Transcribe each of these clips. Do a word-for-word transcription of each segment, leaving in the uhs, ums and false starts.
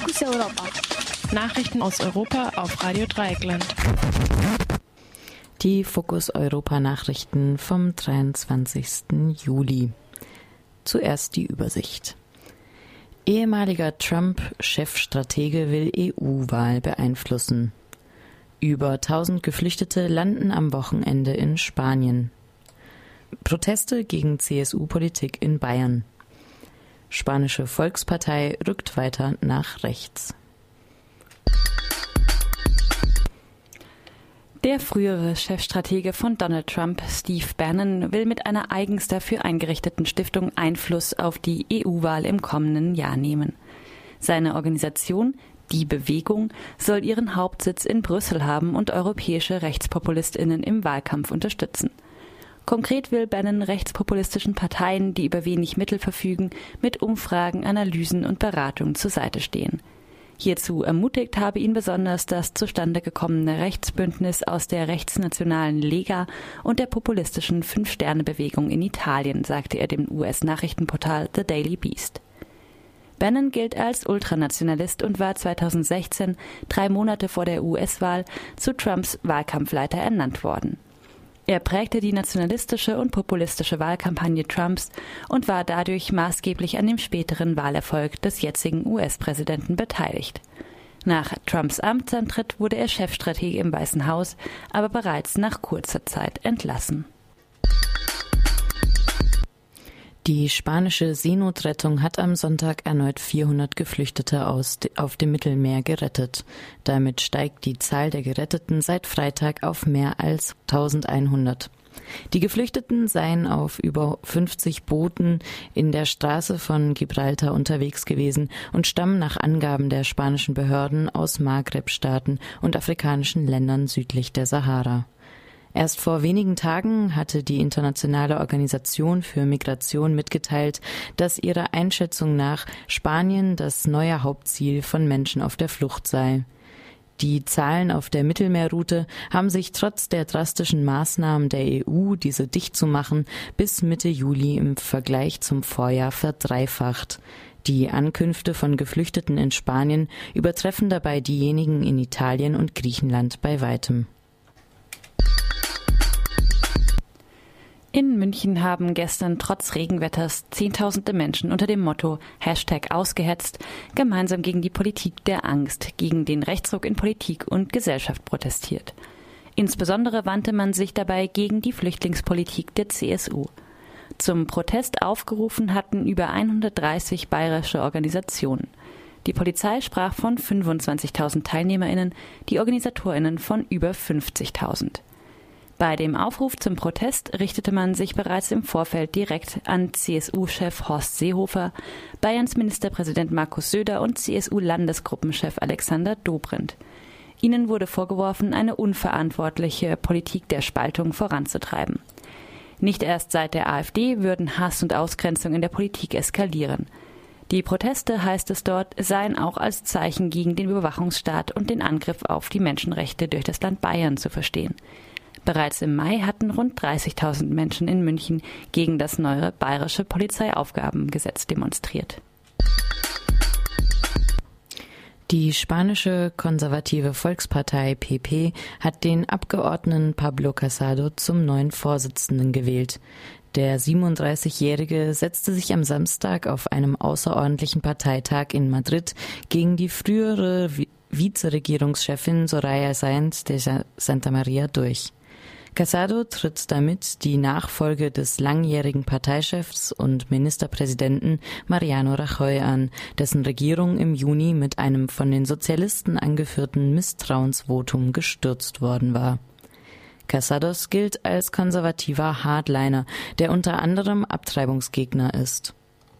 Fokus Europa. Nachrichten aus Europa auf Radio Dreieckland. Die Fokus Europa Nachrichten vom dreiundzwanzigsten Juli. Zuerst die Übersicht. Ehemaliger Trump-Chefstratege will E U-Wahl beeinflussen. Über tausend Geflüchtete landen am Wochenende in Spanien. Proteste gegen C S U-Politik in Bayern. Spanische Volkspartei rückt weiter nach rechts. Der frühere Chefstratege von Donald Trump, Steve Bannon, will mit einer eigens dafür eingerichteten Stiftung Einfluss auf die E U-Wahl im kommenden Jahr nehmen. Seine Organisation, Die Bewegung, soll ihren Hauptsitz in Brüssel haben und europäische RechtspopulistInnen im Wahlkampf unterstützen. Konkret will Bannon rechtspopulistischen Parteien, die über wenig Mittel verfügen, mit Umfragen, Analysen und Beratungen zur Seite stehen. Hierzu ermutigt habe ihn besonders das zustande gekommene Rechtsbündnis aus der rechtsnationalen Lega und der populistischen Fünf-Sterne-Bewegung in Italien, sagte er dem U S-Nachrichtenportal The Daily Beast. Bannon gilt als Ultranationalist und war zweitausendsechzehn, drei Monate vor der U S-Wahl, zu Trumps Wahlkampfleiter ernannt worden. Er prägte die nationalistische und populistische Wahlkampagne Trumps und war dadurch maßgeblich an dem späteren Wahlerfolg des jetzigen U S-Präsidenten beteiligt. Nach Trumps Amtsantritt wurde er Chefstratege im Weißen Haus, aber bereits nach kurzer Zeit entlassen. Die spanische Seenotrettung hat am Sonntag erneut vierhundert Geflüchtete aus de- auf dem Mittelmeer gerettet. Damit steigt die Zahl der Geretteten seit Freitag auf mehr als eintausendeinhundert. Die Geflüchteten seien auf über fünfzig Booten in der Straße von Gibraltar unterwegs gewesen und stammen nach Angaben der spanischen Behörden aus Maghreb-Staaten und afrikanischen Ländern südlich der Sahara. Erst vor wenigen Tagen hatte die Internationale Organisation für Migration mitgeteilt, dass ihrer Einschätzung nach Spanien das neue Hauptziel von Menschen auf der Flucht sei. Die Zahlen auf der Mittelmeerroute haben sich trotz der drastischen Maßnahmen der E U, diese dicht zu machen, bis Mitte Juli im Vergleich zum Vorjahr verdreifacht. Die Ankünfte von Geflüchteten in Spanien übertreffen dabei diejenigen in Italien und Griechenland bei weitem. In München haben gestern trotz Regenwetters Zehntausende Menschen unter dem Motto Hashtag ausgehetzt gemeinsam gegen die Politik der Angst, gegen den Rechtsruck in Politik und Gesellschaft protestiert. Insbesondere wandte man sich dabei gegen die Flüchtlingspolitik der C S U. Zum Protest aufgerufen hatten über hundertdreißig bayerische Organisationen. Die Polizei sprach von fünfundzwanzigtausend TeilnehmerInnen, die OrganisatorInnen von über fünfzigtausend. Bei dem Aufruf zum Protest richtete man sich bereits im Vorfeld direkt an C S U-Chef Horst Seehofer, Bayerns Ministerpräsident Markus Söder und C S U-Landesgruppenchef Alexander Dobrindt. Ihnen wurde vorgeworfen, eine unverantwortliche Politik der Spaltung voranzutreiben. Nicht erst seit der AfD würden Hass und Ausgrenzung in der Politik eskalieren. Die Proteste, heißt es dort, seien auch als Zeichen gegen den Überwachungsstaat und den Angriff auf die Menschenrechte durch das Land Bayern zu verstehen. Bereits im Mai hatten rund dreißigtausend Menschen in München gegen das neue bayerische Polizeiaufgabengesetz demonstriert. Die spanische konservative Volkspartei P P hat den Abgeordneten Pablo Casado zum neuen Vorsitzenden gewählt. Der siebenunddreißigjährige setzte sich am Samstag auf einem außerordentlichen Parteitag in Madrid gegen die frühere Vizeregierungschefin Soraya Sáenz de Santamaría durch. Casado tritt damit die Nachfolge des langjährigen Parteichefs und Ministerpräsidenten Mariano Rajoy an, dessen Regierung im Juni mit einem von den Sozialisten angeführten Misstrauensvotum gestürzt worden war. Casados gilt als konservativer Hardliner, der unter anderem Abtreibungsgegner ist.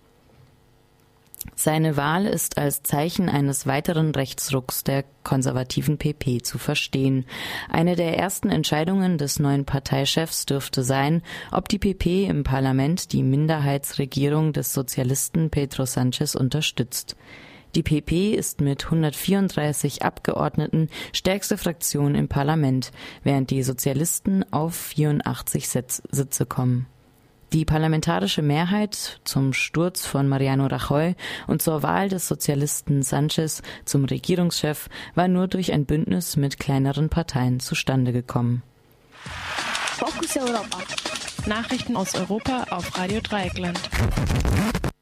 Seine Wahl ist als Zeichen eines weiteren Rechtsrucks der konservativen P P zu verstehen. Eine der ersten Entscheidungen des neuen Parteichefs dürfte sein, ob die P P im Parlament die Minderheitsregierung des Sozialisten Pedro Sánchez unterstützt. Die P P ist mit hundertvierunddreißig Abgeordneten stärkste Fraktion im Parlament, während die Sozialisten auf vierundachtzig Sitze kommen. Die parlamentarische Mehrheit zum Sturz von Mariano Rajoy und zur Wahl des Sozialisten Sanchez zum Regierungschef war nur durch ein Bündnis mit kleineren Parteien zustande gekommen. Fokus Europa. Nachrichten aus Europa auf Radio Dreieckland.